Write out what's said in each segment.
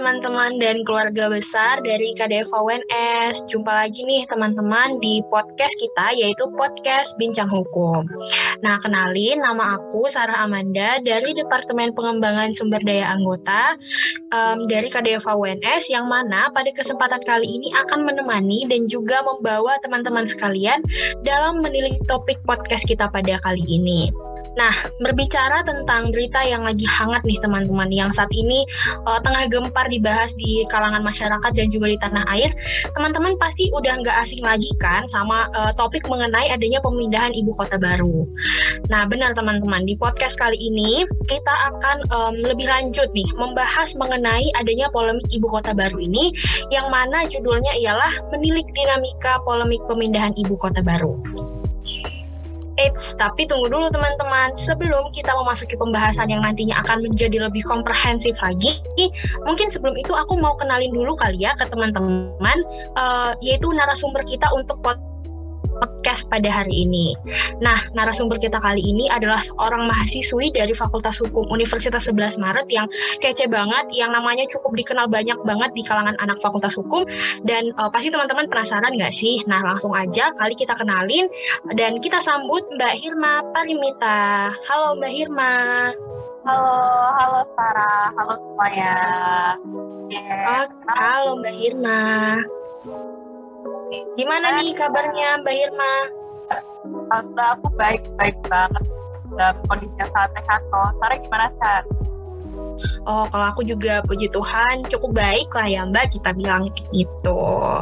teman-teman dan keluarga besar dari KDFA UNS. Jumpa lagi nih teman-teman di podcast kita, yaitu podcast Bincang Hukum. Nah, kenalin, nama aku Sarah Amanda dari Departemen Pengembangan Sumber Daya Anggota dari KDFA UNS, yang mana pada kesempatan kali ini akan menemani dan juga membawa teman-teman sekalian dalam menilik topik podcast kita pada kali ini. Nah, berbicara tentang berita yang lagi hangat nih teman-teman, yang saat ini tengah gempar dibahas di kalangan masyarakat dan juga di tanah air, teman-teman pasti udah nggak asing lagi kan sama topik mengenai adanya pemindahan ibu kota baru. Nah, benar teman-teman, di podcast kali ini kita akan lebih lanjut nih membahas mengenai adanya polemik ibu kota baru ini, yang mana judulnya ialah menilik dinamika polemik pemindahan ibu kota baru. Tapi tunggu dulu teman-teman, sebelum kita memasuki pembahasan yang nantinya akan menjadi lebih komprehensif lagi, mungkin sebelum itu aku mau kenalin dulu kali ya ke teman-teman, yaitu narasumber kita untuk podcast pada hari ini. Nah, narasumber kita kali ini adalah seorang mahasiswi dari Fakultas Hukum Universitas 11 Maret yang kece banget, yang namanya cukup dikenal banyak banget di kalangan anak Fakultas Hukum, dan pasti teman-teman penasaran nggak sih? Nah, langsung aja kali kita kenalin dan kita sambut Mbak Hirma Parimita. Halo Mbak Hirma. Halo Sarah, halo semuanya. Halo Mbak Hirma. Gimana nih kabarnya Mbak Hirma? Alhamdulillah, aku baik banget, dalam kondisi yang sangat sehat. Kalau Sarah gimana, Sarah? Oh, kalau aku juga puji Tuhan cukup baik lah ya Mbak, kita bilang gitu.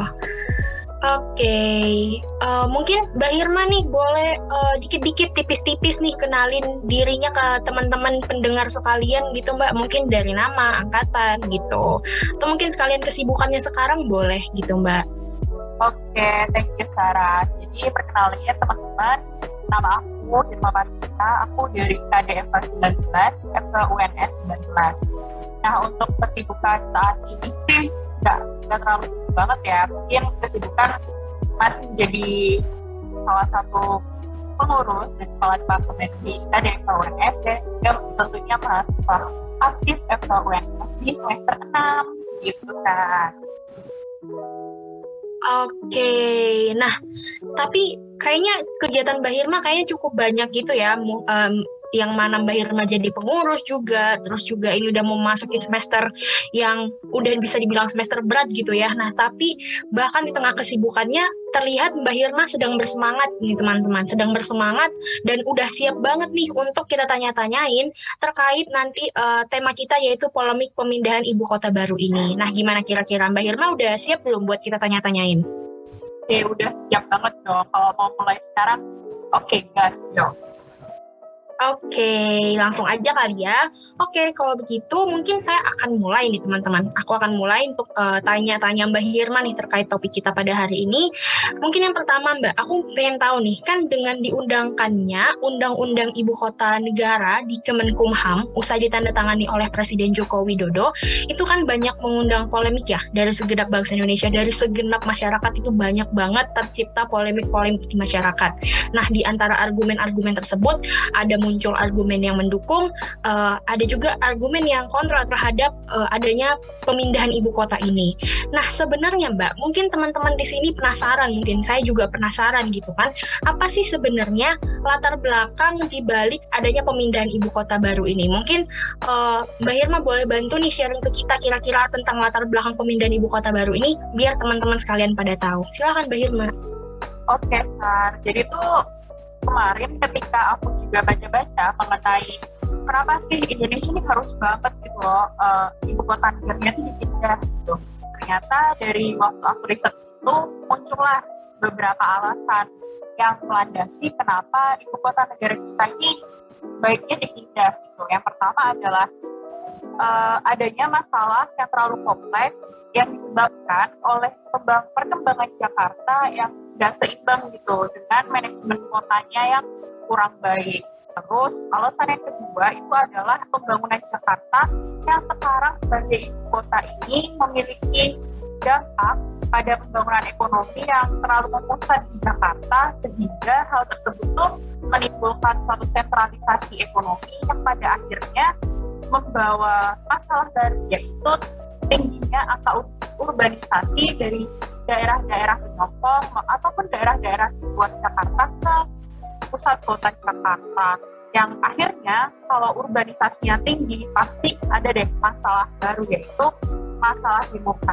Oke, mungkin Mbak Hirma nih boleh dikit-dikit tipis-tipis nih kenalin dirinya ke teman-teman pendengar sekalian gitu Mbak. Mungkin dari nama, angkatan gitu. Atau mungkin sekalian kesibukannya sekarang boleh gitu Mbak. Oke, thank you Sarah. Jadi perkenalkan ya teman-teman, nama aku Hirma Parimita, aku dari KDFA 19, FK UNS 19. Nah, untuk kesibukan saat ini sih nggak terlalu sibuk banget ya. Mungkin kesibukan masih menjadi salah satu pengurus dan kepala departemen di KDFA UNS, dan juga tentunya mahasiswa aktif FK UNS di semester 6 gitu kan. Oke, nah tapi kayaknya kegiatan Mbak Hirma kayaknya cukup banyak gitu ya, yang mana Mbak Hirma jadi pengurus juga, terus juga ini udah mau memasuki semester yang udah bisa dibilang semester berat gitu ya. Nah tapi bahkan di tengah kesibukannya terlihat Mbak Hirma sedang bersemangat nih teman-teman, sedang bersemangat dan udah siap banget nih untuk kita tanya-tanyain terkait nanti tema kita, yaitu polemik pemindahan ibu kota baru ini. Nah gimana kira-kira Mbak Hirma udah siap belum buat kita tanya-tanyain? Oke, udah siap banget dong. Kalau mau mulai sekarang, oke, gas dong. Oke, langsung aja kali ya. Oke, kalau begitu mungkin saya akan mulai nih teman-teman. Aku akan mulai untuk tanya-tanya Mbak Hirma nih terkait topik kita pada hari ini. Mungkin yang pertama Mbak, aku pengen tahu nih, kan dengan diundangkannya Undang-Undang Ibu Kota Negara di Kemenkumham usai ditandatangani oleh Presiden Joko Widodo, itu kan banyak mengundang polemik ya dari segenap bangsa Indonesia, dari segenap masyarakat itu banyak banget tercipta polemik-polemik di masyarakat. Nah, di antara argumen-argumen tersebut ada muncul argumen yang mendukung, ada juga argumen yang kontra terhadap adanya pemindahan ibu kota ini. Nah, sebenarnya Mbak, mungkin teman-teman di sini penasaran, mungkin saya juga penasaran gitu kan, apa sih sebenarnya latar belakang di balik adanya pemindahan ibu kota baru ini? Mungkin Mbak Hirma boleh bantu nih sharing ke kita kira-kira tentang latar belakang pemindahan ibu kota baru ini, biar teman-teman sekalian pada tahu. Silakan Mbak Hirma. Oke, Sar. Jadi tuh kemarin ketika aku juga baca-baca mengenai kenapa sih Indonesia ini harus banget gitu loh ibu kota negaranya itu dipindah gitu. Ternyata dari waktu aku riset itu muncullah beberapa alasan yang melandasi kenapa ibu kota negara kita ini baiknya dipindah gitu. Yang pertama adalah adanya masalah yang terlalu kompleks yang disebabkan oleh perkembangan Jakarta yang nggak seimbang gitu dengan manajemen kotanya yang kurang baik. Terus alasan yang kedua itu adalah pembangunan Jakarta yang sekarang sebagai ibu kota ini memiliki dampak pada pembangunan ekonomi yang terlalu memusat di Jakarta, sehingga hal tersebut tuh menimbulkan suatu sentralisasi ekonomi yang pada akhirnya membawa masalah baru, yaitu tingginya angka urbanisasi dari daerah-daerah penyokong ataupun daerah-daerah di luar Jakarta ke pusat kota Jakarta, yang akhirnya kalau urbanisasinya tinggi pasti ada deh masalah baru, yaitu masalah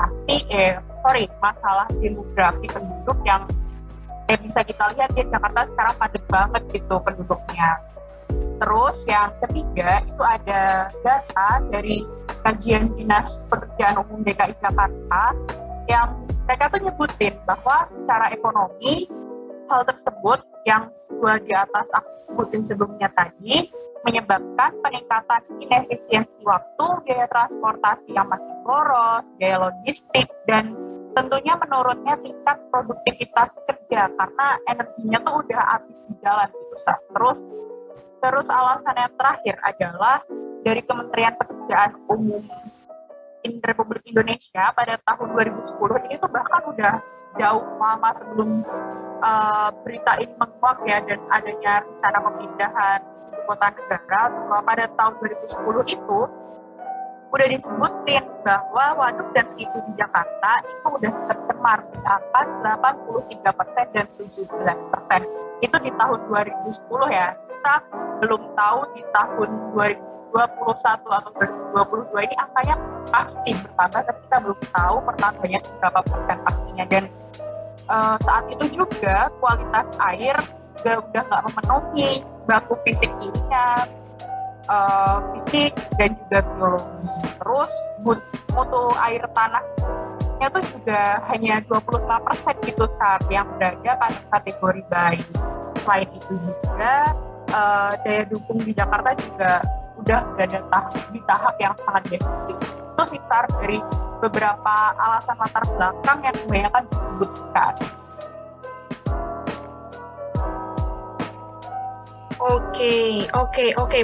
demografi penduduk yang bisa kita lihat di Jakarta sekarang padat banget gitu penduduknya. Terus yang ketiga itu ada data dari kajian Dinas Pekerjaan Umum DKI Jakarta yang mereka tuh nyebutin bahwa secara ekonomi hal tersebut yang dua di atas aku sebutin sebelumnya tadi menyebabkan peningkatan inefisiensi waktu, biaya transportasi yang makin boros, biaya logistik, dan tentunya menurunnya tingkat produktivitas kerja karena energinya tuh udah habis di jalan gitu. Terus alasan yang terakhir adalah dari Kementerian Pekerjaan Umum Republik Indonesia pada tahun 2010 ini tuh bahkan udah jauh lama sebelum berita ini menguak ya, dan adanya rencana pemindahan ibu kota negara pada tahun 2010 itu udah disebutin bahwa waduk dan situ di Jakarta itu udah tercemar di angka 83% dan 17%. Itu di tahun 2010 ya. Kita belum tahu di tahun 2021 atau 2022 ini angkanya pasti bertambah, tapi kita belum tahu pertambahannya berapa persen pastinya. Dan saat itu juga kualitas air juga udah nggak memenuhi baku fisik kimia, fisik dan juga biologi. Terus mutu air tanahnya tuh juga hanya 25% gitu saat yang berada pada kategori baik. Selain itu juga daya dukung di Jakarta juga udah berada di tahap yang sangat defisit. Itu sisar dari beberapa alasan latar belakang yang kebanyakan disebutkan. Oke.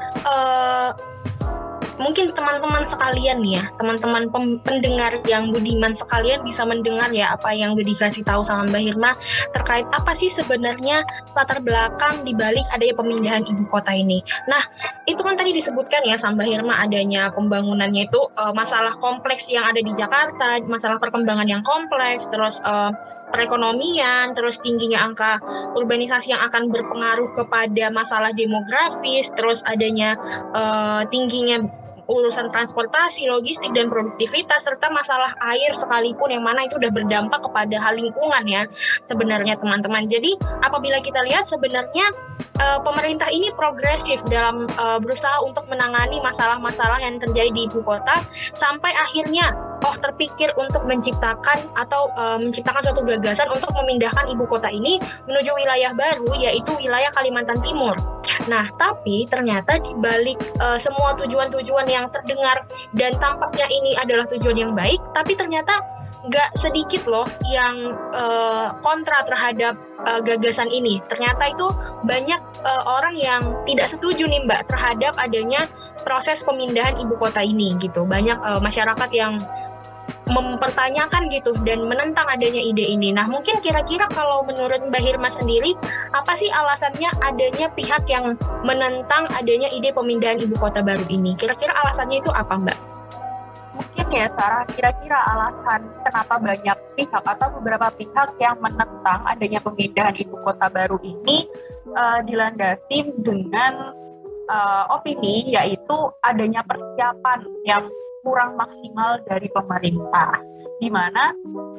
Mungkin teman-teman sekalian nih ya, teman-teman pendengar yang budiman sekalian bisa mendengar ya apa yang udah dikasih tahu sama Mbak Hirma terkait apa sih sebenarnya latar belakang dibalik adanya pemindahan ibu kota ini. Nah, itu kan tadi disebutkan ya sama Mbak Hirma adanya pembangunannya itu masalah kompleks yang ada di Jakarta, masalah perkembangan yang kompleks, terus perekonomian, terus tingginya angka urbanisasi yang akan berpengaruh kepada masalah demografis, terus adanya tingginya urusan transportasi, logistik, dan produktivitas, serta masalah air sekalipun yang mana itu udah berdampak kepada hal lingkungan ya sebenarnya teman-teman. Jadi apabila kita lihat sebenarnya pemerintah ini progresif dalam berusaha untuk menangani masalah-masalah yang terjadi di ibu kota sampai akhirnya terpikir untuk menciptakan suatu gagasan untuk memindahkan ibu kota ini menuju wilayah baru, yaitu wilayah Kalimantan Timur. Nah, tapi ternyata di balik semua tujuan-tujuan yang terdengar dan tampaknya ini adalah tujuan yang baik, tapi ternyata nggak sedikit loh yang kontra terhadap gagasan ini. Ternyata itu banyak orang yang tidak setuju nih Mbak terhadap adanya proses pemindahan ibu kota ini gitu. Banyak masyarakat yang mempertanyakan gitu dan menentang adanya ide ini. Nah, mungkin kira-kira kalau menurut Mbak Hirma sendiri, apa sih alasannya adanya pihak yang menentang adanya ide pemindahan ibu kota baru ini? Kira-kira alasannya itu apa, Mbak? Mungkin ya, Sarah, kira-kira alasan kenapa banyak pihak atau beberapa pihak yang menentang adanya pemindahan ibu kota baru ini dilandasi dengan opini, yaitu adanya persiapan yang kurang maksimal dari pemerintah, di mana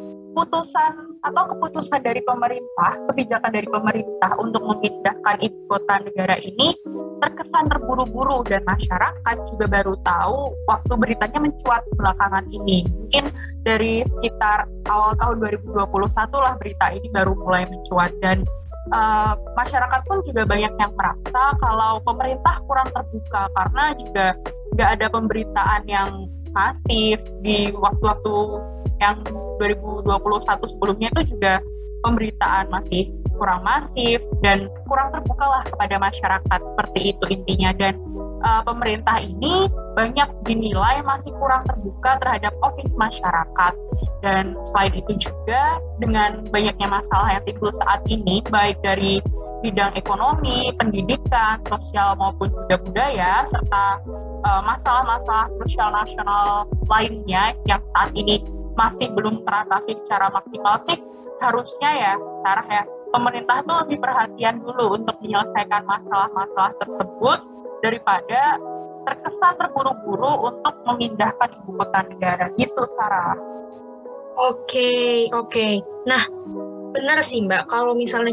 keputusan dari pemerintah, kebijakan dari pemerintah untuk memindahkan ibu kota negara ini terkesan terburu-buru dan masyarakat juga baru tahu waktu beritanya mencuat belakangan ini. Mungkin dari sekitar awal tahun 2021 lah berita ini baru mulai mencuat, dan masyarakat pun juga banyak yang merasa kalau pemerintah kurang terbuka karena juga nggak ada pemberitaan yang masif di waktu-waktu yang 2021 sebelumnya. Itu juga pemberitaan masih kurang masif dan kurang terbuka lah kepada masyarakat, seperti itu intinya. Dan pemerintah ini banyak dinilai masih kurang terbuka terhadap opini masyarakat. Dan selain itu juga dengan banyaknya masalah yang timbul saat ini, baik dari bidang ekonomi, pendidikan, sosial maupun juga budaya, serta masalah-masalah krusial nasional lainnya yang saat ini masih belum teratasi secara maksimal sih, harusnya ya Sarah ya, pemerintah tuh lebih perhatian dulu untuk menyelesaikan masalah-masalah tersebut daripada terkesan terburu-buru untuk memindahkan ibu kota negara gitu, Sarah. Oke. Nah, benar sih Mbak, kalau misalnya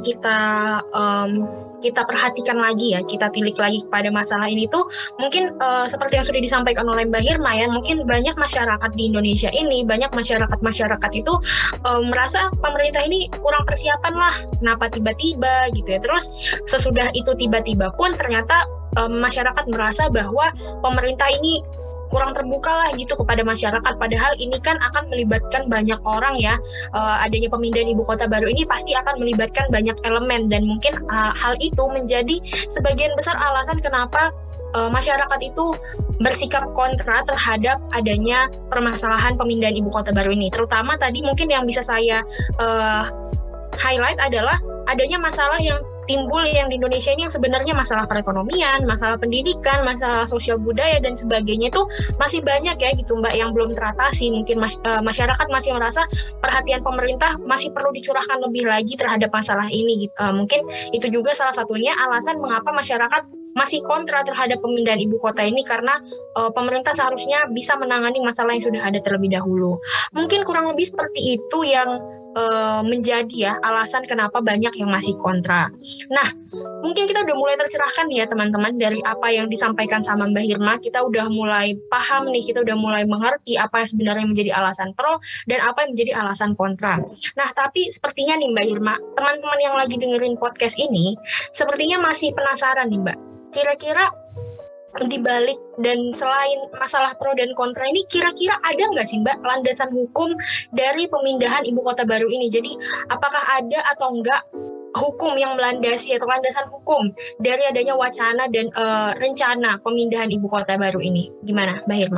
kita perhatikan lagi ya, kita tilik lagi kepada masalah ini tuh, mungkin seperti yang sudah disampaikan oleh Mbak Hirma ya, mungkin banyak masyarakat di Indonesia ini, banyak masyarakat itu merasa pemerintah ini kurang persiapan lah, kenapa tiba-tiba gitu ya. Terus sesudah itu tiba-tiba pun ternyata masyarakat merasa bahwa pemerintah ini kurang terbuka lah gitu kepada masyarakat, padahal ini kan akan melibatkan banyak orang ya, adanya pemindahan ibu kota baru ini pasti akan melibatkan banyak elemen, dan mungkin hal itu menjadi sebagian besar alasan kenapa masyarakat itu bersikap kontra terhadap adanya permasalahan pemindahan ibu kota baru ini. Terutama tadi mungkin yang bisa saya highlight adalah adanya masalah yang timbul yang di Indonesia ini yang sebenarnya masalah perekonomian, masalah pendidikan, masalah sosial budaya dan sebagainya itu masih banyak ya gitu Mbak yang belum teratasi. Mungkin masyarakat masih merasa perhatian pemerintah masih perlu dicurahkan lebih lagi terhadap masalah ini gitu. Mungkin itu juga salah satunya alasan mengapa masyarakat masih kontra terhadap pemindahan ibu kota ini, karena pemerintah seharusnya bisa menangani masalah yang sudah ada terlebih dahulu. Mungkin kurang lebih seperti itu yang menjadi ya alasan kenapa banyak yang masih kontra. Nah, mungkin kita udah mulai tercerahkan ya teman-teman dari apa yang disampaikan sama Mbak Hirma. Kita udah mulai paham nih, kita udah mulai mengerti apa yang sebenarnya menjadi alasan pro dan apa yang menjadi alasan kontra. Nah, tapi sepertinya nih Mbak Hirma, teman-teman yang lagi dengerin podcast ini sepertinya masih penasaran nih Mbak. Kira-kira di balik dan selain masalah pro dan kontra ini, kira-kira ada nggak sih Mbak landasan hukum dari pemindahan ibu kota baru ini? Jadi apakah ada atau enggak hukum yang melandasi atau landasan hukum dari adanya wacana dan rencana pemindahan ibu kota baru ini? Gimana Mbak Hirma?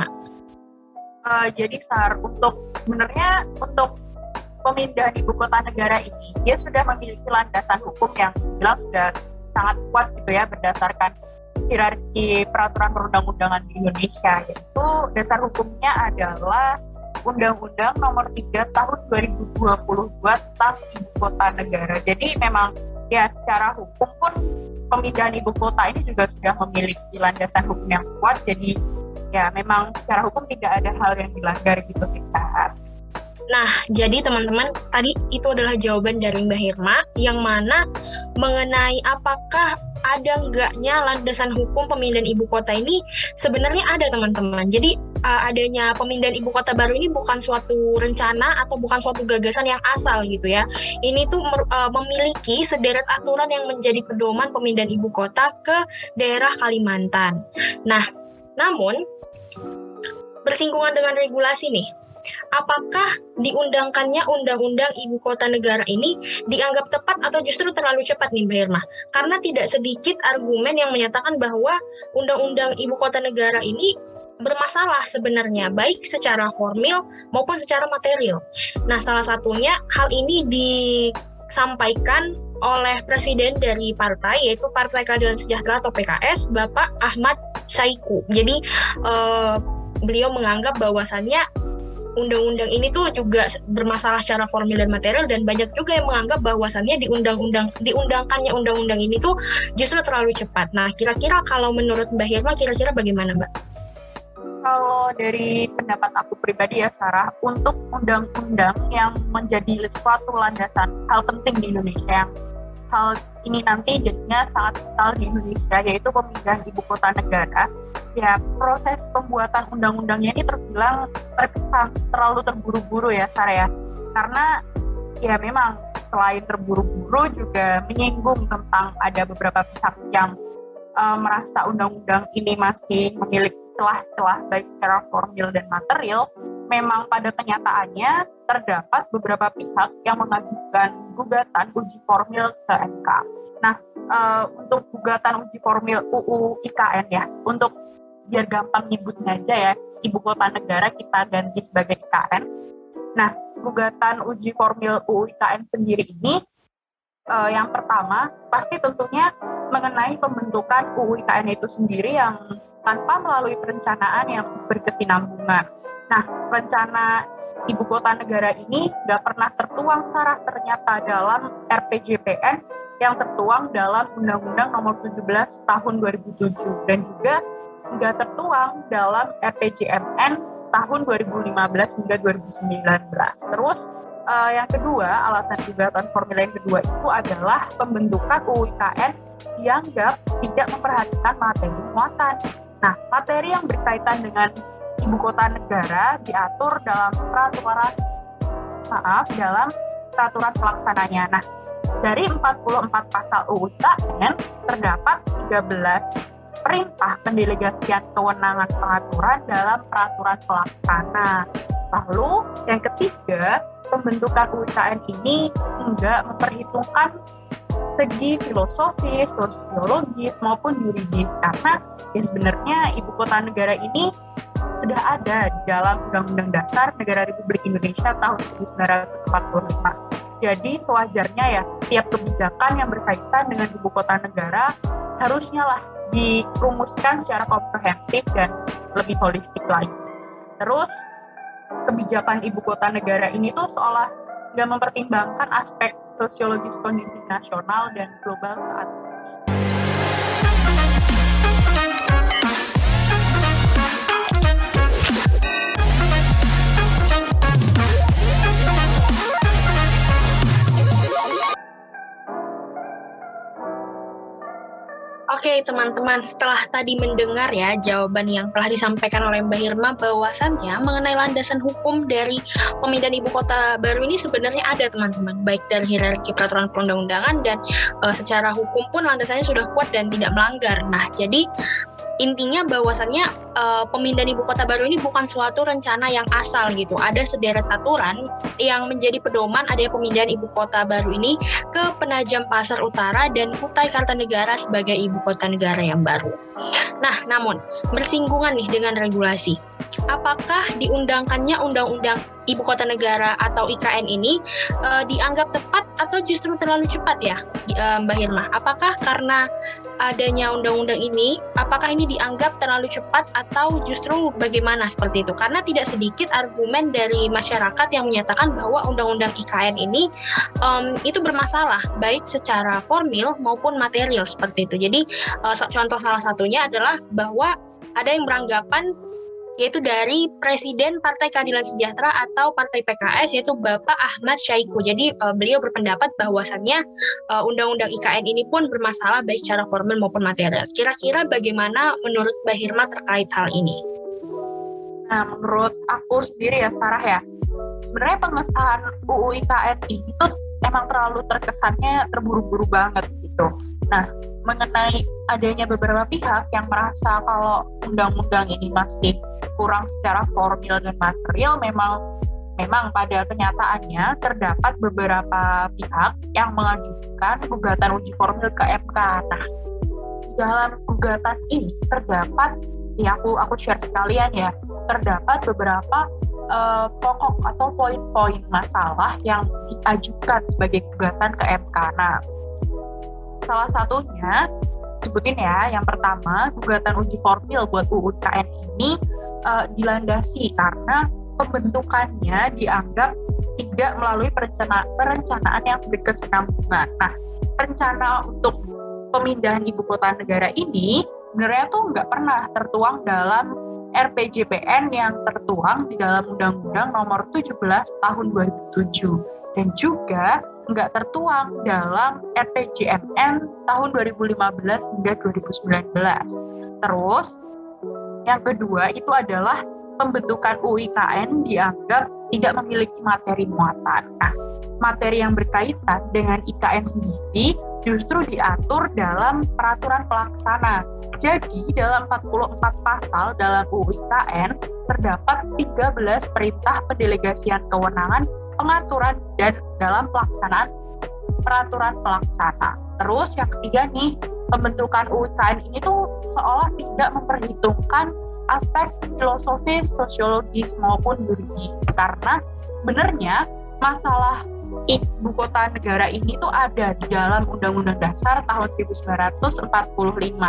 Jadi sebenarnya untuk pemindahan ibu kota negara ini, dia sudah memiliki landasan hukum yang bilang sudah sangat kuat gitu ya, berdasarkan hierarki peraturan perundang-undangan di Indonesia, yaitu dasar hukumnya adalah Undang-Undang Nomor 3 Tahun 2022 tentang Ibu Kota Negara. Jadi memang ya secara hukum pun pemindahan ibu kota ini juga sudah memiliki landasan hukum yang kuat. Jadi ya memang secara hukum tidak ada hal yang dilanggar gitu sih, Kak. Nah, jadi teman-teman, tadi itu adalah jawaban dari Mbak Hirma, yang mana mengenai apakah ada enggaknya landasan hukum pemindahan ibu kota ini, sebenarnya ada teman-teman. Jadi adanya pemindahan ibu kota baru ini bukan suatu rencana atau bukan suatu gagasan yang asal gitu ya. Ini tuh memiliki sederet aturan yang menjadi pedoman pemindahan ibu kota ke daerah Kalimantan. Nah, namun bersinggungan dengan regulasi nih, apakah diundangkannya undang-undang ibu kota negara ini dianggap tepat atau justru terlalu cepat nih Mbak Irma? Karena tidak sedikit argumen yang menyatakan bahwa undang-undang ibu kota negara ini bermasalah sebenarnya, baik secara formil maupun secara material. Nah, salah satunya hal ini disampaikan oleh presiden dari partai, yaitu Partai Keadilan Sejahtera atau PKS, Bapak Ahmad Saiku. Jadi beliau menganggap bahwasannya undang-undang ini tuh juga bermasalah secara formil dan material, dan banyak juga yang menganggap bahwasannya diundangkannya undang-undang ini tuh justru terlalu cepat. Nah, kira-kira kalau menurut Mbak Hirma, kira-kira bagaimana Mbak? Kalau dari pendapat aku pribadi ya Sarah, untuk undang-undang yang menjadi suatu landasan hal penting di Indonesia, hal ini nanti jadinya sangat vital di Indonesia, yaitu pemindahan ibu kota negara. Ya, proses pembuatan undang-undangnya ini terbilang terkesan terlalu terburu-buru ya Sarah ya, karena ya memang selain terburu-buru juga menyinggung tentang ada beberapa pihak yang merasa undang-undang ini masih memiliki celah-celah baik secara formil dan material. Memang pada kenyataannya terdapat beberapa pihak yang mengajukan gugatan uji formil ke MK. Nah, untuk gugatan uji formil UU IKN ya, untuk biar gampang nyebutnya aja ya, ibu kota negara kita ganti sebagai IKN. Nah, gugatan uji formil UU IKN sendiri ini yang pertama pasti tentunya mengenai pembentukan UU IKN itu sendiri yang tanpa melalui perencanaan yang berkesinambungan. Nah, rencana ibu kota negara ini nggak pernah tertuang secara ternyata dalam RPJPN yang tertuang dalam Undang-Undang Nomor 17 Tahun 2007 dan juga nggak tertuang dalam RPJMN tahun 2015 hingga 2019. Terus yang kedua, alasan gugatan formil yang kedua itu adalah pembentukan UU IKN dianggap tidak memperhatikan materi muatan. Nah, materi yang berkaitan dengan ibu kota negara diatur dalam peraturan pelaksananya. Nah, dari 44 pasal UU IKN terdapat 13 perintah pendelegasian kewenangan pengaturan dalam peraturan pelaksana. Lalu yang ketiga, pembentukan UU IKN ini enggak memperhitungkan segi filosofis, sosiologis maupun yuridis karena ya sebenarnya ibu kota negara ini sudah ada di dalam Undang-Undang Dasar Negara Republik Indonesia tahun 1945. Jadi sewajarnya ya setiap kebijakan yang berkaitan dengan ibu kota negara harusnya lah dirumuskan secara komprehensif dan lebih holistik lagi. Terus kebijakan ibu kota negara ini tuh seolah nggak mempertimbangkan aspek sosiologis kondisi nasional dan global saat ini. Oke teman-teman, setelah tadi mendengar ya jawaban yang telah disampaikan oleh Mbak Hirma bahwasannya mengenai landasan hukum dari pemindahan ibu kota baru ini sebenarnya ada teman-teman, baik dari hierarki peraturan perundang-undangan dan secara hukum pun landasannya sudah kuat dan tidak melanggar. Nah, jadi intinya bahwasannya pemindahan ibu kota baru ini bukan suatu rencana yang asal gitu. Ada sederet aturan yang menjadi pedoman adanya pemindahan ibu kota baru ini ke Penajam Pasar Utara dan Kutai Kartanegara sebagai ibu kota negara yang baru. Nah, namun bersinggungan nih dengan regulasi. Apakah diundangkannya undang-undang ibu kota negara atau IKN ini dianggap tepat atau justru terlalu cepat ya, Mbak Hirma? Apakah karena adanya undang-undang ini, apakah ini dianggap terlalu cepat atau justru bagaimana seperti itu? Karena tidak sedikit argumen dari masyarakat yang menyatakan bahwa undang-undang IKN ini itu bermasalah, baik secara formil maupun material seperti itu. Jadi contoh salah satunya adalah bahwa ada yang beranggapan yaitu dari Presiden Partai Keadilan Sejahtera atau Partai PKS, yaitu Bapak Ahmad Syahiku. Jadi beliau berpendapat bahwasannya undang-undang IKN ini pun bermasalah baik secara formal maupun material. Kira-kira bagaimana menurut Mbak Hirma terkait hal ini? Nah, menurut aku sendiri ya, Sarah ya, sebenarnya pengesahan UU IKN ini tuh emang terlalu terkesannya terburu-buru banget gitu. Nah, mengenai adanya beberapa pihak yang merasa kalau undang-undang ini masih kurang secara formil dan material, memang pada kenyataannya terdapat beberapa pihak yang mengajukan gugatan uji formil ke MK. Nah, di dalam gugatan ini terdapat, ya aku share sekalian ya, terdapat beberapa pokok atau poin-poin masalah yang diajukan sebagai gugatan ke MK. Nah, salah satunya sebutin ya, yang pertama gugatan uji formil buat UU IKN ini dilandasi karena pembentukannya dianggap tidak melalui perencanaan yang berkesinambungan. Nah, rencana untuk pemindahan ibu kota negara ini sebenarnya tuh nggak pernah tertuang dalam RPJPN yang tertuang di dalam Undang-Undang Nomor 17 Tahun 2007 dan juga nggak tertuang dalam RPJMN tahun 2015 hingga 2019. Terus yang kedua itu adalah pembentukan UU IKN dianggap tidak memiliki materi muatan. Nah, materi yang berkaitan dengan IKN sendiri justru diatur dalam peraturan pelaksana. Jadi, dalam 44 pasal dalam UU IKN terdapat 13 perintah pendelegasian kewenangan pengaturan dan dalam pelaksanaan peraturan pelaksana. Terus yang ketiga nih, pembentukan UU IKN ini tuh seolah tidak memperhitungkan aspek filosofis, sosiologis maupun yuridis, karena sebenarnya masalah ibu kota negara ini tuh ada di dalam Undang-Undang Dasar tahun 1945.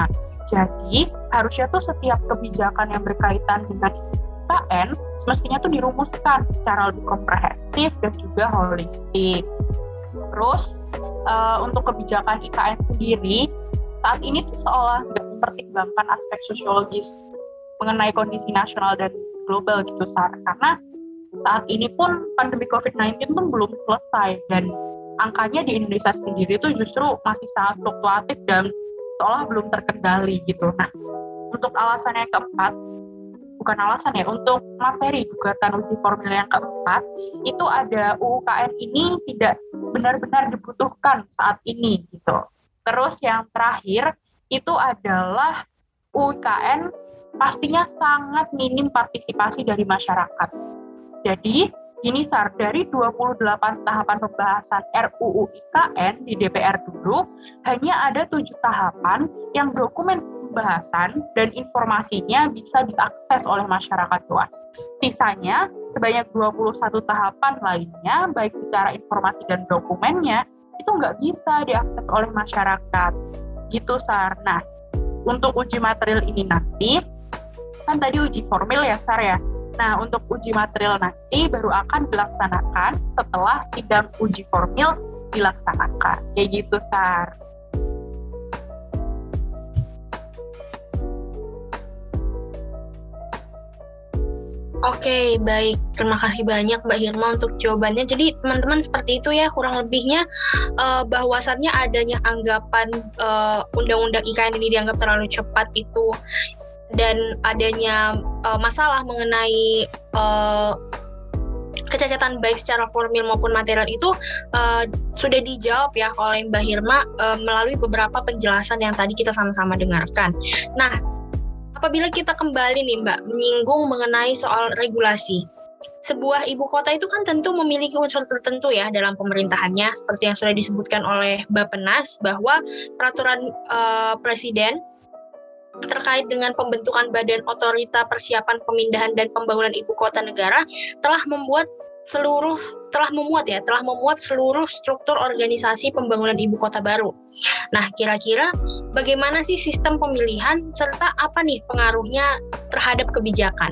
Jadi harusnya tuh setiap kebijakan yang berkaitan dengan IKN semestinya tuh dirumuskan secara lebih komprehensif dan juga holistik. Terus untuk kebijakan IKN sendiri saat ini tuh seolah nggak mempertimbangkan aspek sosiologis mengenai kondisi nasional dan global gitu, karena saat ini pun pandemi COVID-19 pun belum selesai dan angkanya di Indonesia sendiri itu justru masih sangat fluktuatif dan seolah belum terkendali gitu. Nah, untuk alasan yang keempat, bukan alasan ya, untuk materi gugatan uji formil yang keempat, itu ada UUKN ini tidak benar-benar dibutuhkan saat ini gitu. Terus yang terakhir, itu adalah UUKN pastinya sangat minim partisipasi dari masyarakat. Jadi, gini Sar, dari 28 tahapan pembahasan RUU IKN di DPR dulu, hanya ada 7 tahapan yang dokumen pembahasan dan informasinya bisa diakses oleh masyarakat luas. Sisanya, sebanyak 21 tahapan lainnya, baik secara informasi dan dokumennya, itu nggak bisa diakses oleh masyarakat. Gitu Sar. Nah, untuk uji material ini nanti, kan tadi uji formil ya Sar ya. Nah, untuk uji material nanti baru akan dilaksanakan setelah sidang uji formil dilaksanakan. Kayak gitu, Sar. Oke, baik. Terima kasih banyak Mbak Hirma untuk jawabannya. Jadi teman-teman seperti itu ya kurang lebihnya, bahwasannya adanya anggapan undang-undang IKN ini dianggap terlalu cepat itu dan adanya masalah mengenai kecacatan baik secara formil maupun material itu sudah dijawab ya oleh Mbak Hirma melalui beberapa penjelasan yang tadi kita sama-sama dengarkan. Nah, apabila kita kembali nih Mbak menyinggung mengenai soal regulasi, sebuah ibu kota itu kan tentu memiliki unsur tertentu ya dalam pemerintahannya, seperti yang sudah disebutkan oleh Bappenas bahwa peraturan presiden terkait dengan pembentukan Badan Otorita Persiapan Pemindahan dan Pembangunan Ibu Kota Negara telah memuat seluruh struktur organisasi pembangunan ibu kota baru. Nah, kira-kira bagaimana sih sistem pemilihan serta apa nih pengaruhnya terhadap kebijakan?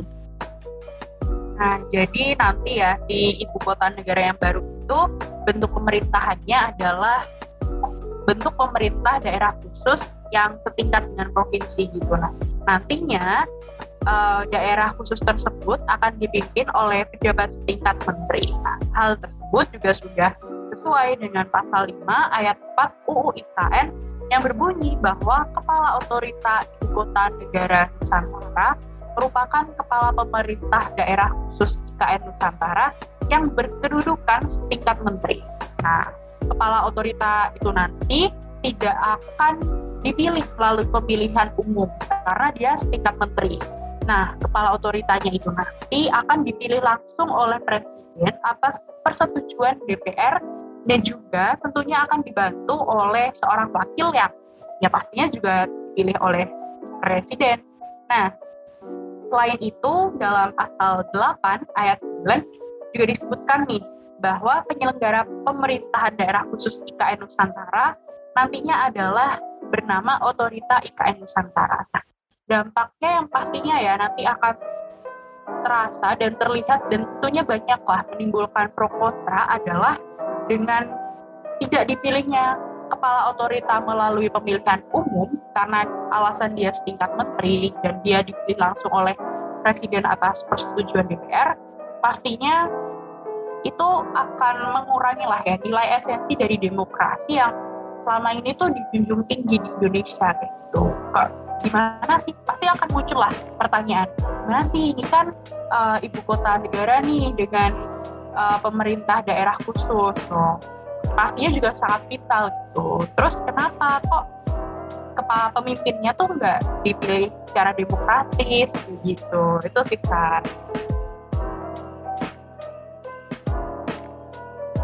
Nah, jadi nanti ya di ibu kota negara yang baru itu bentuk pemerintahannya adalah bentuk pemerintah daerah khusus yang setingkat dengan provinsi gitu. Nah, nantinya daerah khusus tersebut akan dipimpin oleh pejabat setingkat menteri. Nah, hal tersebut juga sudah sesuai dengan pasal 5 ayat 4 UU IKN yang berbunyi bahwa Kepala Otorita Ibu Kota Negara Nusantara merupakan Kepala Pemerintah Daerah Khusus IKN Nusantara yang berkedudukan setingkat menteri. Nah, Kepala Otorita itu nanti tidak akan dipilih melalui pemilihan umum karena dia setingkat menteri. Nah, kepala otoritanya itu nanti akan dipilih langsung oleh presiden atas persetujuan DPR dan juga tentunya akan dibantu oleh seorang wakil yang ya pastinya juga dipilih oleh presiden. Nah, selain itu dalam pasal 8 ayat 9 juga disebutkan nih bahwa penyelenggara pemerintahan daerah khusus IKN Nusantara nantinya adalah bernama Otorita IKN Nusantara. Nah, dampaknya yang pastinya ya nanti akan terasa dan terlihat dan tentunya banyaklah menimbulkan pro kontra adalah dengan tidak dipilihnya kepala otorita melalui pemilihan umum karena alasan dia setingkat menteri dan dia dipilih langsung oleh presiden atas persetujuan DPR, pastinya itu akan mengurangi lah ya nilai esensi dari demokrasi yang selama ini tuh dijunjung tinggi di Indonesia gitu. Gimana sih? Pasti akan muncul lah pertanyaan. Gimana sih ini kan ibu kota negara nih dengan pemerintah daerah khusus, no? Pastinya juga sangat vital gitu. Terus kenapa kok kepala pemimpinnya tuh nggak dipilih secara demokratis gitu? Itu sih Sar.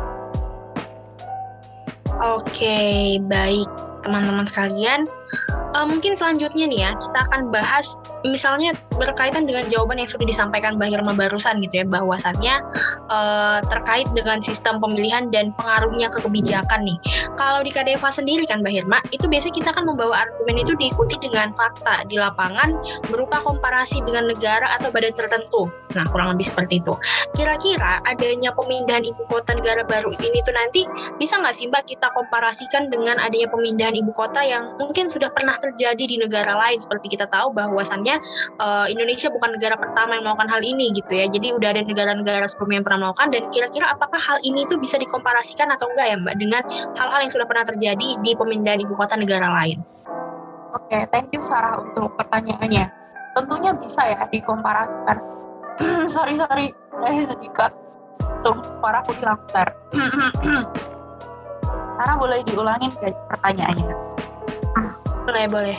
Oke, baik teman-teman sekalian. Mungkin selanjutnya nih ya, kita akan bahas misalnya berkaitan dengan jawaban yang sudah disampaikan Mbak Hirma barusan gitu ya, bahwasannya terkait dengan sistem pemilihan dan pengaruhnya ke kebijakan nih. Kalau di KDEVA sendiri kan Mbak Hirma, itu biasanya kita kan membawa argumen itu diikuti dengan fakta di lapangan berupa komparasi dengan negara atau badan tertentu. Nah, kurang lebih seperti itu. Kira-kira adanya pemindahan ibu kota negara baru ini tuh nanti bisa nggak sih Mbak kita komparasikan dengan adanya pemindahan ibu kota yang mungkin sudah pernah terjadi di negara lain? Seperti kita tahu bahwasannya Indonesia bukan negara pertama yang melakukan hal ini gitu ya. Jadi udah ada negara-negara sebelumnya yang pernah melakukan, dan kira-kira apakah hal ini tuh bisa dikomparasikan atau enggak ya Mbak dengan hal-hal yang sudah pernah terjadi di pemindahan ibu kota negara lain? Oke, thank you Sarah untuk pertanyaannya. Tentunya bisa ya dikomparasikan. sorry, saya sedikit suara aku hilang bentar. Sarah boleh diulangin guys pertanyaannya? Boleh.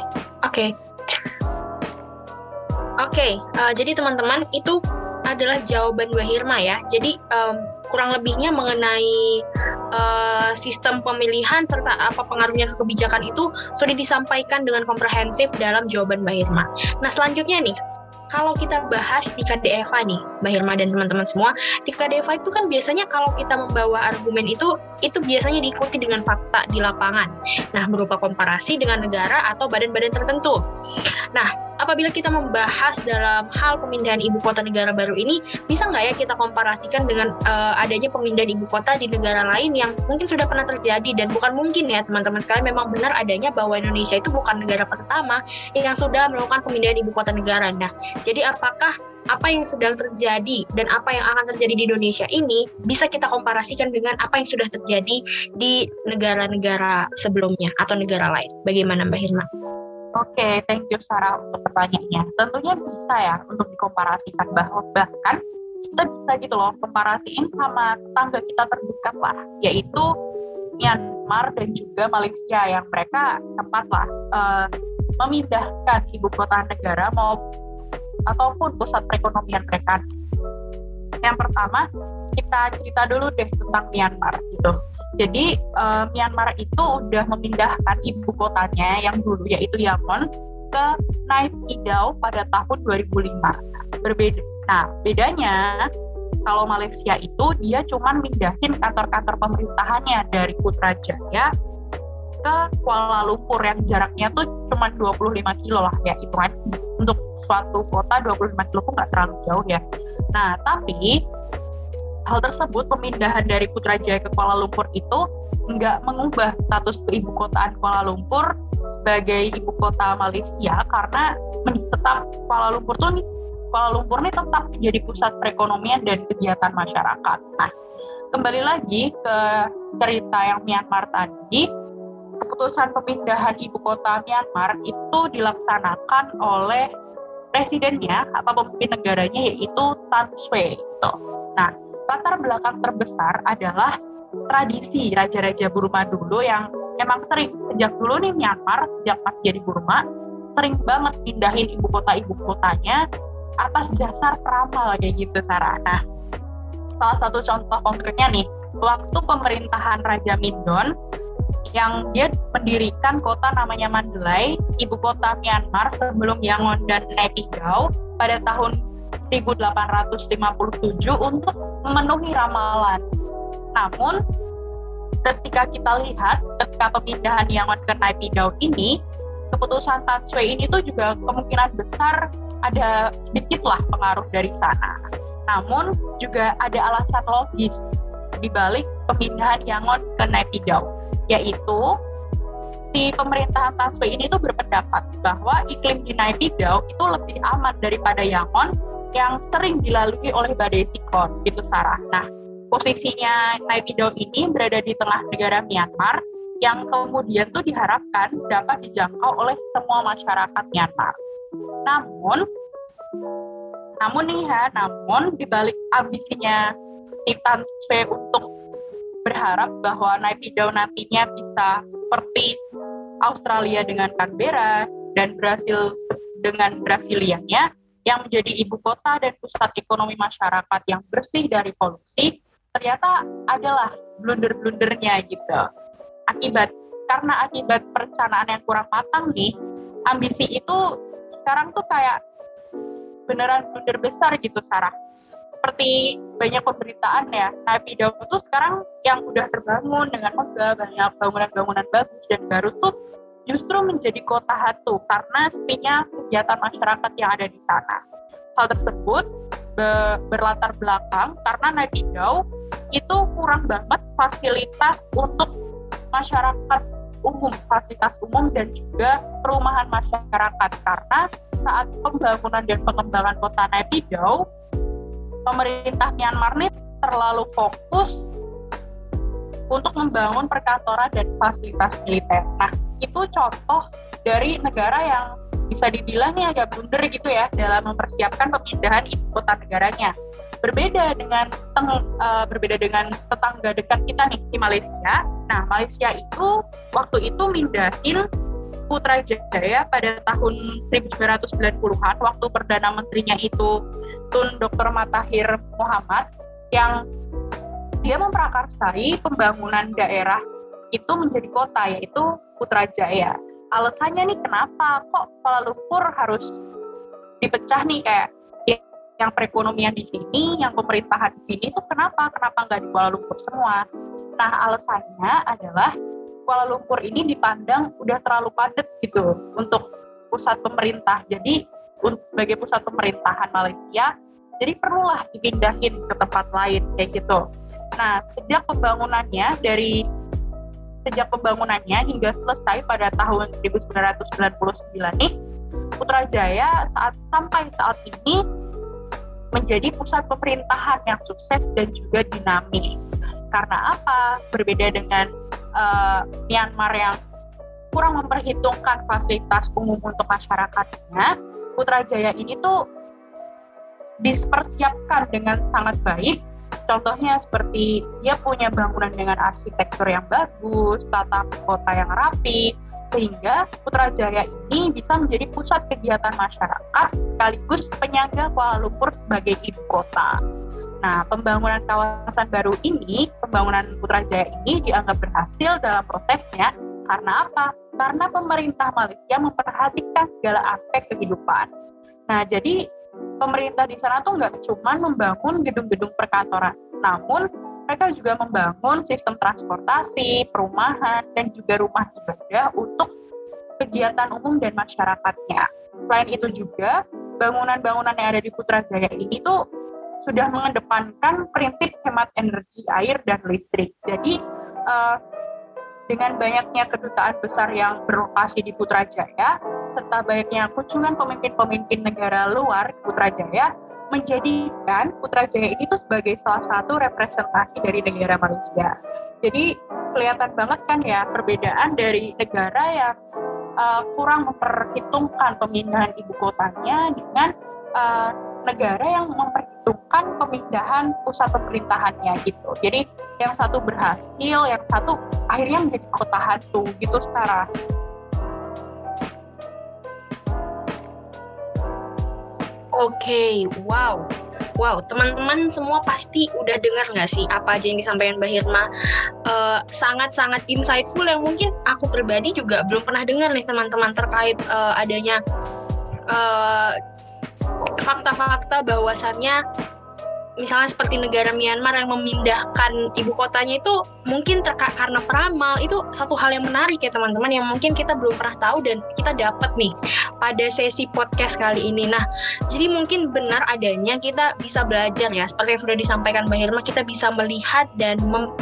Oke, jadi teman-teman itu adalah jawaban Mbak Hirma ya. Jadi kurang lebihnya mengenai sistem pemilihan serta apa pengaruhnya ke kebijakan itu sudah disampaikan dengan komprehensif dalam jawaban Mbak Hirma. Nah, selanjutnya nih, kalau kita bahas di KDEVA nih, Mbak Hirma dan teman-teman semua, di KDEVA itu kan biasanya kalau kita membawa argumen itu biasanya diikuti dengan fakta di lapangan. Nah, berupa komparasi dengan negara atau badan-badan tertentu. Nah, apabila kita membahas dalam hal pemindahan ibu kota negara baru ini, bisa nggak ya kita komparasikan dengan adanya pemindahan ibu kota di negara lain yang mungkin sudah pernah terjadi, dan bukan mungkin ya teman-teman sekalian, memang benar adanya bahwa Indonesia itu bukan negara pertama yang sudah melakukan pemindahan ibu kota negara. Nah, jadi apakah apa yang sedang terjadi dan apa yang akan terjadi di Indonesia ini bisa kita komparasikan dengan apa yang sudah terjadi di negara-negara sebelumnya atau negara lain? Bagaimana Mbak Hirma? Oke, thank you Sarah untuk pertanyaannya. Tentunya bisa ya untuk dikomparasikan, bahkan kita bisa gitu loh komparasiin sama tetangga kita terdekat lah, yaitu Myanmar dan juga Malaysia yang mereka sempat lah memindahkan ibu kota negara ataupun pusat perekonomian mereka. Yang pertama, kita cerita dulu deh tentang Myanmar gitu. Jadi Myanmar itu udah memindahkan ibu kotanya yang dulu yaitu Yangon ke Naypyidaw pada tahun 2005. Bedanya kalau Malaysia itu dia cuma mindahin kantor-kantor pemerintahannya dari Putrajaya ke Kuala Lumpur yang jaraknya tuh cuma 25 kilo lah ya, itu kan untuk suatu kota 25 kilo pun nggak terlalu jauh ya. Nah, tapi hal tersebut, pemindahan dari Putrajaya ke Kuala Lumpur itu nggak mengubah status keibukotaan Kuala Lumpur sebagai ibu kota Malaysia, karena tetap Kuala Lumpur nih tetap menjadi pusat perekonomian dan kegiatan masyarakat. Nah, kembali lagi ke cerita yang Myanmar tadi, keputusan pemindahan ibu kota Myanmar itu dilaksanakan oleh presidennya atau pemimpin negaranya yaitu Tan Swe gitu. Nah, latar belakang terbesar adalah tradisi raja-raja Burma dulu yang memang sering sejak dulu nih Myanmar sejak masih jadi Burma sering banget pindahin ibu kotanya atas dasar peramal kayak gitu Sarah. Nah, salah satu contoh konkretnya nih, waktu pemerintahan Raja Mindon yang dia mendirikan kota namanya Mandalay, ibu kota Myanmar sebelum Yangon dan Naypyidaw pada tahun 1857 untuk memenuhi ramalan. Namun, ketika kita lihat, ketika pemindahan Yangon ke Naypyidaw ini, keputusan Tan Swe ini tuh juga kemungkinan besar ada sedikitlah pengaruh dari sana. Namun, juga ada alasan logis di balik pemindahan Yangon ke Naypyidaw, yaitu si pemerintahan Tan Swe ini tuh berpendapat bahwa iklim di Naypyidaw itu lebih aman daripada Yangon yang sering dilalui oleh badai siklon gitu Sarah. Nah, posisinya Naypyidaw ini berada di tengah negara Myanmar yang kemudian tuh diharapkan dapat dijangkau oleh semua masyarakat Myanmar. Namun di balik ambisinya si Tan Swe untuk berharap bahwa Naypyidaw nantinya bisa seperti Australia dengan Canberra dan Brasil dengan Brasilianya yang menjadi ibu kota dan pusat ekonomi masyarakat yang bersih dari polusi, ternyata adalah blunder-blundernya gitu. Karena akibat perencanaan yang kurang matang nih, ambisi itu sekarang tuh kayak beneran blunder besar gitu, Sarah. Seperti banyak pemberitaan ya, Naypyidaw itu sekarang yang udah terbangun dengan megah, banyak bangunan-bangunan bagus dan baru tuh justru menjadi kota hantu karena sepinya kegiatan masyarakat yang ada di sana. Hal tersebut berlatar belakang karena Naypyidaw itu kurang banget fasilitas untuk masyarakat umum, fasilitas umum dan juga perumahan masyarakat, karena saat pembangunan dan pengembangan kota Naypyidaw, pemerintah Myanmar ini terlalu fokus untuk membangun perkantoran dan fasilitas militer. Nah, itu contoh dari negara yang bisa dibilang agak blunder gitu ya dalam mempersiapkan pemindahan ibu kota negaranya. Berbeda dengan tetangga dekat kita nih, si Malaysia. Nah, Malaysia itu waktu itu mindahin Putrajaya pada tahun 1990-an waktu Perdana Menterinya itu Tun Dr. Mahathir Mohamad, yang dia memprakarsai pembangunan daerah itu menjadi kota, yaitu Putrajaya. Alasannya nih kenapa kok Kuala Lumpur harus dipecah nih, kayak yang perekonomian di sini, yang pemerintahan di sini itu kenapa nggak di Kuala Lumpur semua? Nah, alasannya adalah Kuala Lumpur ini dipandang udah terlalu padat gitu untuk pusat pemerintah. Jadi sebagai pusat pemerintahan Malaysia, jadi perlulah dipindahin ke tempat lain kayak gitu. Nah, sejak pembangunannya hingga selesai pada tahun 1999 nih, Putrajaya sampai saat ini menjadi pusat pemerintahan yang sukses dan juga dinamis. Karena apa? Berbeda dengan Myanmar yang kurang memperhitungkan fasilitas umum untuk masyarakatnya, Putrajaya ini tuh dipersiapkan dengan sangat baik. Contohnya seperti dia punya bangunan dengan arsitektur yang bagus, tata kota yang rapi, sehingga Putrajaya ini bisa menjadi pusat kegiatan masyarakat sekaligus penyangga Kuala Lumpur sebagai ibu kota. Nah, pembangunan kawasan baru ini, pembangunan Putrajaya ini dianggap berhasil dalam prosesnya. Karena apa? Karena pemerintah Malaysia memperhatikan segala aspek kehidupan. Nah, jadi pemerintah di sana tuh nggak cuma membangun gedung-gedung perkantoran, namun mereka juga membangun sistem transportasi, perumahan, dan juga rumah ibadah untuk kegiatan umum dan masyarakatnya. Selain itu juga, bangunan-bangunan yang ada di Putrajaya ini tuh sudah mengedepankan prinsip hemat energi, air, dan listrik. Jadi, dengan banyaknya kedutaan besar yang berlokasi di Putrajaya, serta banyaknya kunjungan pemimpin-pemimpin negara luar di Putrajaya, menjadikan Putrajaya ini tuh sebagai salah satu representasi dari negara Malaysia. Jadi, kelihatan banget kan ya, perbedaan dari negara yang kurang memperhitungkan pemindahan ibu kotanya dengan negara yang memperhitungkan pemindahan pusat pemerintahannya gitu. Jadi yang satu berhasil, yang satu akhirnya menjadi kota hantu gitu secara. Oke, wow, teman-teman semua pasti udah dengar nggak sih apa aja yang disampaikan Mbak Hirma? Sangat-sangat insightful yang mungkin aku pribadi juga belum pernah dengar nih teman-teman, terkait adanya fakta-fakta bahwasannya misalnya seperti negara Myanmar yang memindahkan ibu kotanya itu mungkin karena peramal. Itu satu hal yang menarik ya teman-teman, yang mungkin kita belum pernah tahu dan kita dapat nih pada sesi podcast kali ini. Nah, jadi mungkin benar adanya kita bisa belajar ya, seperti yang sudah disampaikan Mbak Hirma, kita bisa melihat dan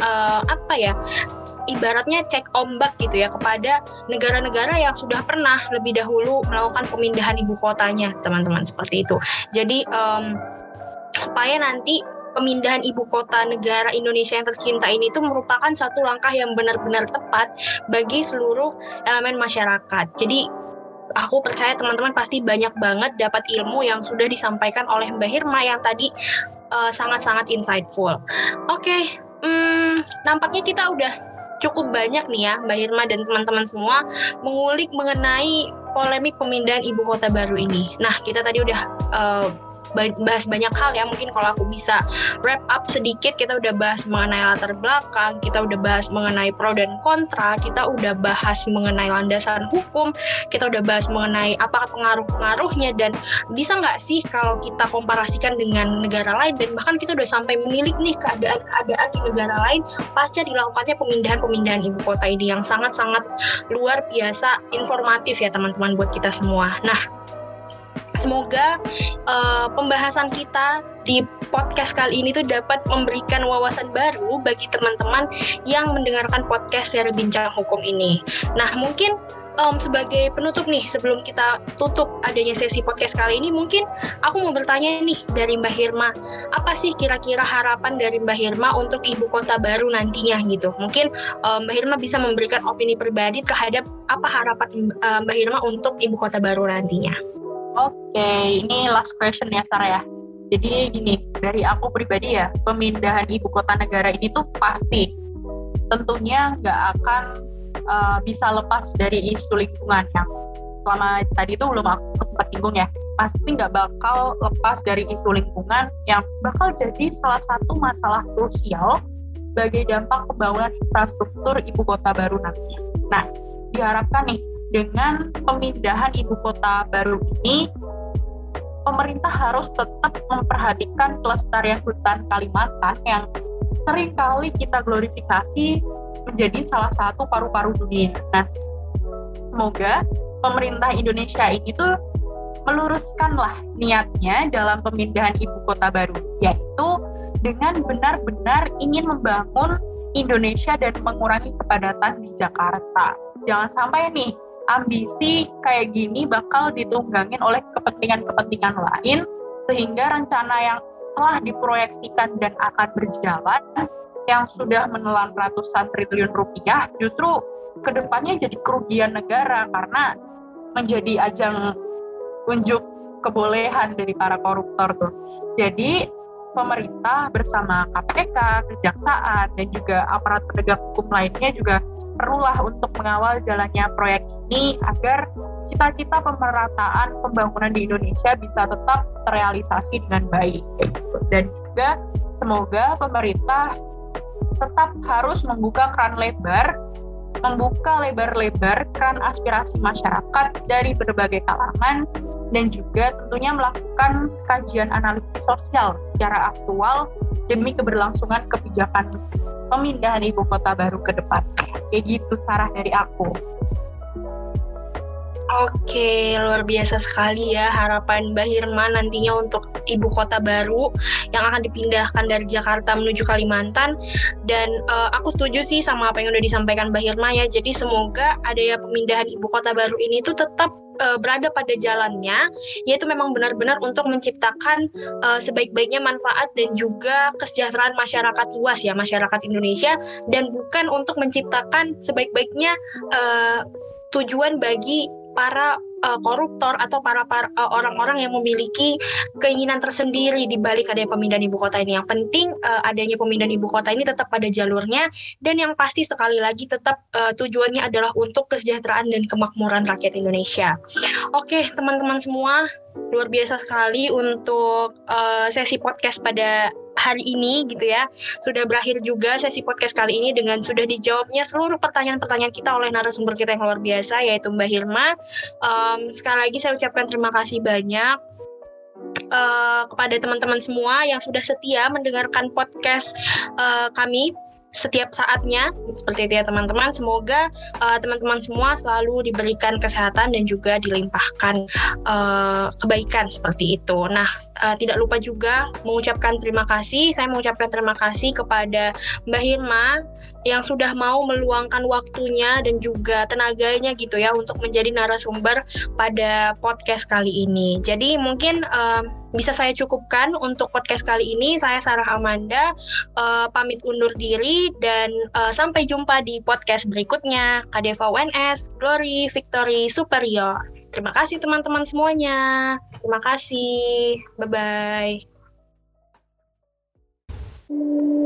ibaratnya cek ombak gitu ya kepada negara-negara yang sudah pernah lebih dahulu melakukan pemindahan ibu kotanya, teman-teman, seperti itu. Jadi supaya nanti pemindahan ibu kota negara Indonesia yang tercinta ini itu merupakan satu langkah yang benar-benar tepat bagi seluruh elemen masyarakat. Jadi aku percaya teman-teman pasti banyak banget dapat ilmu yang sudah disampaikan oleh Mbak Hirma yang tadi sangat-sangat insightful. Oke, nampaknya kita udah cukup banyak nih ya Mbak Hirma dan teman-teman semua mengulik mengenai polemik pemindahan ibu kota baru ini. Nah, kita tadi udah bahas banyak hal ya. Mungkin kalau aku bisa wrap up sedikit, kita udah bahas mengenai latar belakang, kita udah bahas mengenai pro dan kontra, kita udah bahas mengenai landasan hukum, kita udah bahas mengenai apa pengaruh-pengaruhnya, dan bisa nggak sih kalau kita komparasikan dengan negara lain, dan bahkan kita udah sampai menilik nih keadaan di negara lain pasca dilakukannya pemindahan ibu kota ini, yang sangat-sangat luar biasa informatif ya teman-teman buat kita semua. Nah, semoga pembahasan kita di podcast kali ini tuh dapat memberikan wawasan baru bagi teman-teman yang mendengarkan podcast seri Bincang Hukum ini. Nah, mungkin sebagai penutup nih, sebelum kita tutup adanya sesi podcast kali ini, mungkin aku mau bertanya nih dari Mbak Hirma, apa sih kira-kira harapan dari Mbak Hirma untuk ibu kota baru nantinya gitu? Mungkin Mbak Hirma bisa memberikan opini pribadi terhadap apa harapan Mbak Hirma untuk ibu kota baru nantinya. Oke, ini last question ya Sarah ya. Jadi gini, dari aku pribadi ya, pemindahan ibu kota negara ini tuh pasti tentunya nggak akan bisa lepas dari isu lingkungan yang selama tadi itu belum aku sempat singgung ya, pasti nggak bakal lepas dari isu lingkungan yang bakal jadi salah satu masalah krusial sebagai dampak pembangunan infrastruktur ibu kota baru nantinya. Nah, diharapkan nih dengan pemindahan ibu kota baru ini, pemerintah harus tetap memperhatikan kelestarian hutan Kalimantan yang seringkali kita glorifikasi menjadi salah satu paru-paru dunia. Nah, semoga pemerintah Indonesia ini tuh meluruskanlah niatnya dalam pemindahan ibu kota baru, yaitu dengan benar-benar ingin membangun Indonesia dan mengurangi kepadatan di Jakarta. Jangan sampai nih ambisi kayak gini bakal ditunggangin oleh kepentingan-kepentingan lain, sehingga rencana yang telah diproyeksikan dan akan berjalan yang sudah menelan ratusan triliun rupiah justru kedepannya jadi kerugian negara karena menjadi ajang unjuk kebolehan dari para koruptor tuh. Jadi pemerintah bersama KPK, kejaksaan, dan juga aparat penegak hukum lainnya juga perlulah untuk mengawal jalannya proyek ini agar cita-cita pemerataan pembangunan di Indonesia bisa tetap terrealisasi dengan baik. Dan juga semoga pemerintah tetap harus membuka lebar-lebar keran aspirasi masyarakat dari berbagai kalangan, dan juga tentunya melakukan kajian analisis sosial secara aktual demi keberlangsungan kebijakan pemindahan ibu kota baru ke depan. Kayak gitu Sarah dari aku. Oke, luar biasa sekali ya harapan Mbak Hirma nantinya untuk ibu kota baru yang akan dipindahkan dari Jakarta menuju Kalimantan. Dan aku setuju sih sama apa yang udah disampaikan Mbak Hirma ya. Jadi semoga adanya pemindahan ibu kota baru ini tuh tetap berada pada jalannya, yaitu memang benar-benar untuk menciptakan sebaik-baiknya manfaat dan juga kesejahteraan masyarakat luas ya, masyarakat Indonesia, dan bukan untuk menciptakan sebaik-baiknya tujuan bagi para koruptor atau para orang-orang yang memiliki keinginan tersendiri di balik adanya pemindahan ibu kota ini. Yang penting adanya pemindahan ibu kota ini tetap pada jalurnya, dan yang pasti sekali lagi tetap tujuannya adalah untuk kesejahteraan dan kemakmuran rakyat Indonesia. Oke, teman-teman semua, luar biasa sekali untuk sesi podcast pada hari ini gitu ya. Sudah berakhir juga sesi podcast kali ini dengan sudah dijawabnya seluruh pertanyaan-pertanyaan kita oleh narasumber kita yang luar biasa, yaitu Mbak Hirma. Sekali lagi saya ucapkan terima kasih banyak kepada teman-teman semua yang sudah setia mendengarkan podcast kami setiap saatnya, seperti itu ya teman-teman. Semoga teman-teman semua selalu diberikan kesehatan dan juga dilimpahkan kebaikan seperti itu. Nah, tidak lupa juga mengucapkan terima kasih. Saya mengucapkan terima kasih kepada Mbak Hirma yang sudah mau meluangkan waktunya dan juga tenaganya gitu ya untuk menjadi narasumber pada podcast kali ini. Jadi mungkin bisa saya cukupkan untuk podcast kali ini. Saya Sarah Amanda pamit undur diri, dan sampai jumpa di podcast berikutnya. Kadeva UNS, Glory Victory Superior. Terima kasih teman-teman semuanya. Terima kasih. Bye-bye.